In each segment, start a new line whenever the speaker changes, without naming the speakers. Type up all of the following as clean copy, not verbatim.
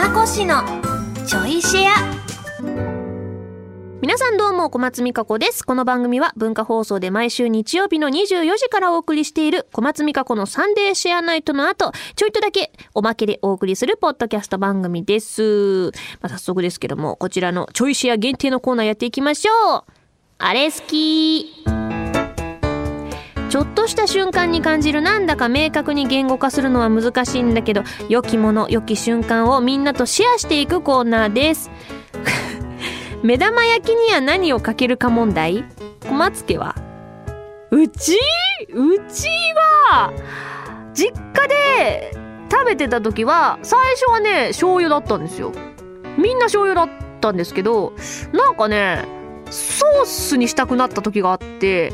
宮古市のちょいシェア。皆さんどうも、小松美香子です。この番組は文化放送で毎週日曜日の24時からお送りしている小松美香子のサンデーシェアナイトの後、ちょいとだけおまけでお送りするポッドキャスト番組です。早速ですけども、こちらのちょいシェア限定のコーナーやっていきましょう。あれ好き。ちょっとした瞬間に感じるなんだか明確に言語化するのは難しいんだけど、良きもの良き瞬間をみんなとシェアしていくコーナーです。目玉焼きには何をかけるか問題。小松家はうちは実家で食べてた時は最初はね醤油だったんですよ。みんな醤油だったんですけど、なんかねソースにしたくなった時があって、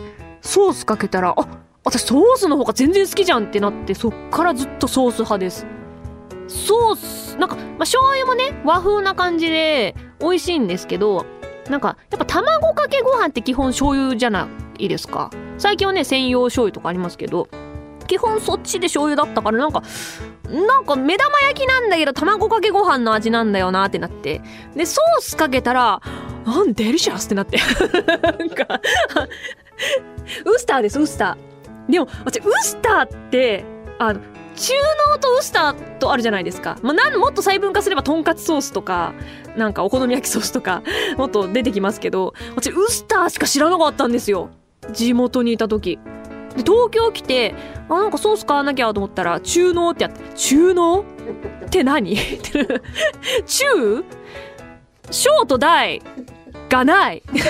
ソースかけたら私ソースの方が全然好きじゃんってなって、そっからずっとソース派です。ソースなんか、醤油もね和風な感じで美味しいんですけど、なんかやっぱ卵かけご飯って基本醤油じゃないですか。最近はね専用醤油とかありますけど、基本そっちで醤油だったから、なんか目玉焼きなんだけど卵かけご飯の味なんだよなってなって、でソースかけたらデリシャスってなってなんかウスターです、ウスター。でも私ウスターって中濃とウスターとあるじゃないですか。もっと細分化すればとんかつソースとかなんかお好み焼きソースとかもっと出てきますけど、私ウスターしか知らなかったんですよ、地元にいた時で。東京来てなんかソース買わなきゃと思ったら中濃ってやって、中濃って何中小と大がない違い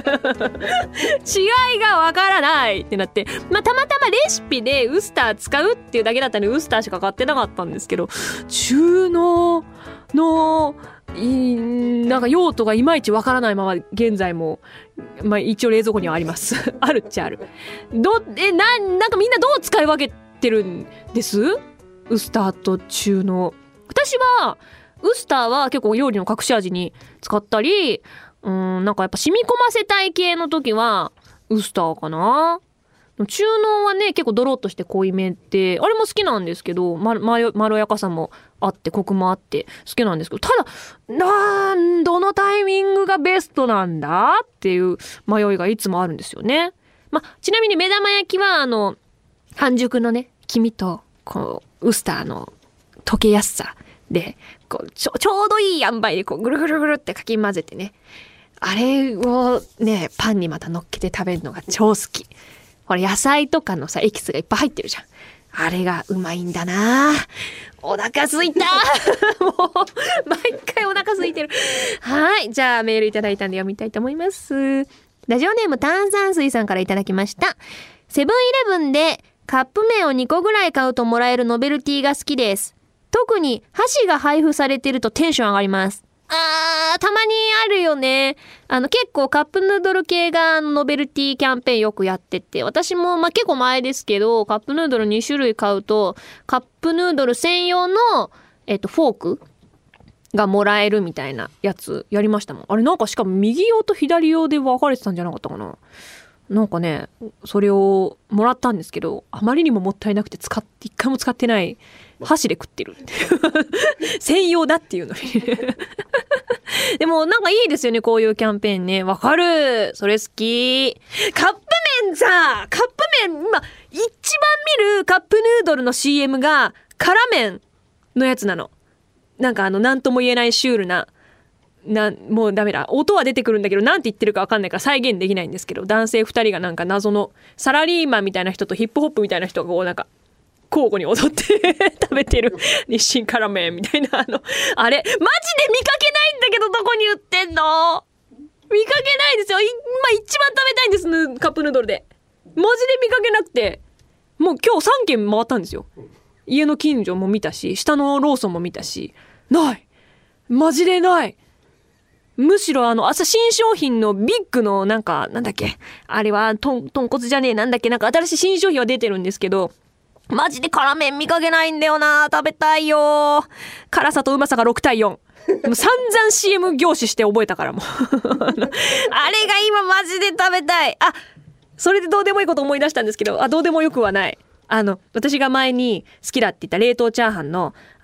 がわからないってなって、たまたまレシピでウスター使うっていうだけだったのでウスターしか買ってなかったんですけど、中濃のなんか用途がいまいちわからないまま現在も、一応冷蔵庫にはありますあるっちゃある。なんかみんなどう使い分けてるんです？ウスターと中濃。私はウスターは結構料理の隠し味に使ったり、なんかやっぱ染み込ませたい系の時はウスターかな。中濃はね結構ドロッとして濃いめで、あれも好きなんですけど、まろやかさもあってコクもあって好きなんですけど、ただどのタイミングがベストなんだっていう迷いがいつもあるんですよね。ちなみに目玉焼きは半熟のね黄身とこうウスターの溶けやすさでちょうどいい塩梅でぐるぐるぐるってかき混ぜてね、あれをねパンにまた乗っけて食べるのが超好き。これ野菜とかのさエキスがいっぱい入ってるじゃん。あれがうまいんだな。お腹すいたもう毎回お腹すいてる。はい、じゃあメールいただいたんで読みたいと思います。ラジオネーム炭酸水さんからいただきました。セブンイレブンでカップ麺を2個ぐらい買うともらえるノベルティが好きです。特に箸が配布されてるとテンション上がります。たまにあるよね。結構カップヌードル系がノベルティキャンペーンよくやってて、私も結構前ですけどカップヌードル2種類買うとカップヌードル専用のフォークがもらえるみたいなやつやりましたもん。あれなんかしかも右用と左用で分かれてたんじゃなかったかな。なんかねそれをもらったんですけど、あまりにももったいなくて一回も使ってない。箸で食ってる専用だっていうのにでもなんかいいですよねこういうキャンペーンね。わかる、それ好き。カップ麺今一番見るカップヌードルの CM が辛麺のやつなの。なんかなんとも言えないシュールなもうダメだ、音は出てくるんだけどなんて言ってるか分かんないから再現できないんですけど、男性2人がなんか謎のサラリーマンみたいな人とヒップホップみたいな人がなんか交互に踊って食べてる日清辛麺みたいなあれマジで見かけないんだけどどこに売ってんの。見かけないですよ。今一番食べたいんですカップヌードルで。マジで見かけなくて、もう今日3軒回ったんですよ。家の近所も見たし下のローソンも見たし、ないマジでない。むしろ新商品のビッグのなんだっけあれは豚骨じゃねえなんだっけ、なんか新しい新商品は出てるんですけど、マジで辛麺見かけないんだよな。食べたいよ。辛さとうまさが6対4。もう散々 CM 凝視して覚えたからもうあれが今マジで食べたい。それでどうでもいいこと思い出したんですけど、どうでもよくはない。私が前に好きだって言った冷凍チャーハンの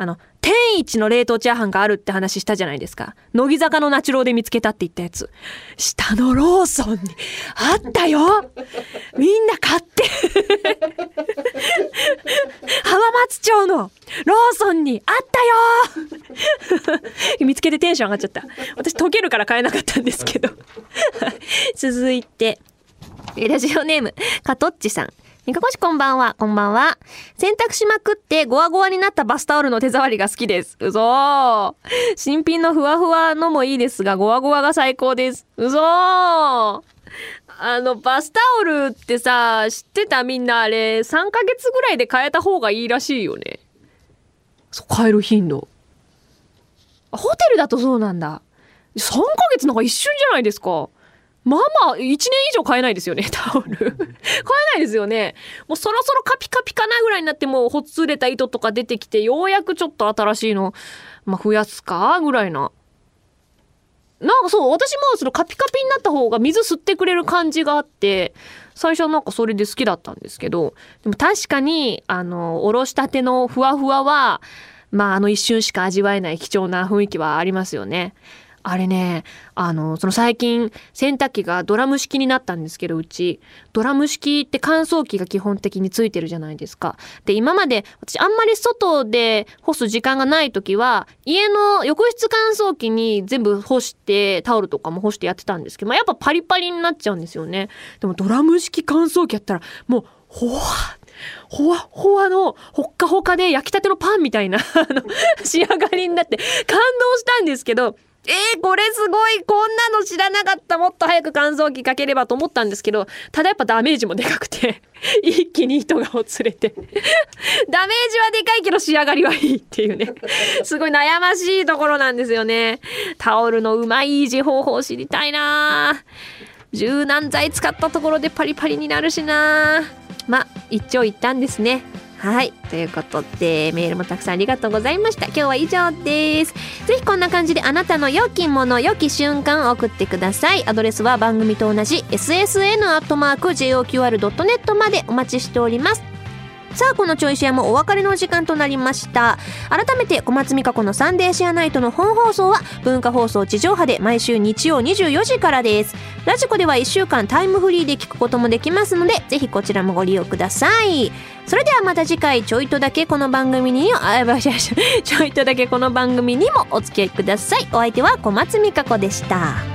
天一の冷凍チャーハンがあるって話したじゃないですか。乃木坂のナチュローで見つけたって言ったやつ。下のローソンにあったよ。みんな買って浜松町のローソンにあったよ見つけてテンション上がっちゃった。私溶けるから買えなかったんですけど続いてラジオネームかとっちさん。みかこしこんばんは。こんばんは。洗濯しまくってゴワゴワになったバスタオルの手触りが好きです。うそー。新品のふわふわのもいいですが、ゴワゴワが最高です。うそー。バスタオルってさ、知ってた？みんなあれ、3ヶ月ぐらいで変えた方がいいらしいよね。そう、変える頻度。ホテルだとそうなんだ。3ヶ月なんか一瞬じゃないですか。まあまあ、1年以上買えないですよね、タオル。買えないですよね。もうそろそろカピカピかなぐらいになって、もうほつれた糸とか出てきて、ようやくちょっと新しいの、増やすかぐらいな。なんかそう、私もそのカピカピになった方が水吸ってくれる感じがあって、最初はなんかそれで好きだったんですけど、でも確かに、おろしたてのふわふわは、一瞬しか味わえない貴重な雰囲気はありますよね。あれね、その最近洗濯機がドラム式になったんですけど、うちドラム式って乾燥機が基本的についてるじゃないですか。で、今まで私あんまり外で干す時間がない時は家の浴室乾燥機に全部干して、タオルとかも干してやってたんですけど、やっぱパリパリになっちゃうんですよね。でもドラム式乾燥機やったらもうほわほわのほっかほかで焼きたてのパンみたいな仕上がりになって感動したんですけど、これすごい、こんなの知らなかった、もっと早く乾燥機かければと思ったんですけど、ただやっぱダメージもでかくて一気に糸がほつれてダメージはでかいけど仕上がりはいいっていうね、すごい悩ましいところなんですよね。タオルのうまい維持方法知りたいな。柔軟剤使ったところでパリパリになるしな。一長一短ですね。はい。ということで、メールもたくさんありがとうございました。今日は以上です。ぜひこんな感じであなたの良きもの、良き瞬間を送ってください。アドレスは番組と同じ ssn@joqr.net までお待ちしております。さあ、このちょいシェアもお別れの時間となりました。改めて小松美香子のサンデーシェアナイトの本放送は文化放送地上波で毎週日曜24時からです。ラジコでは1週間タイムフリーで聞くこともできますので、ぜひこちらもご利用ください。それではまた次回ちょいとだけこの番組にちょいとだけこの番組にもお付き合いください。お相手は小松美香子でした。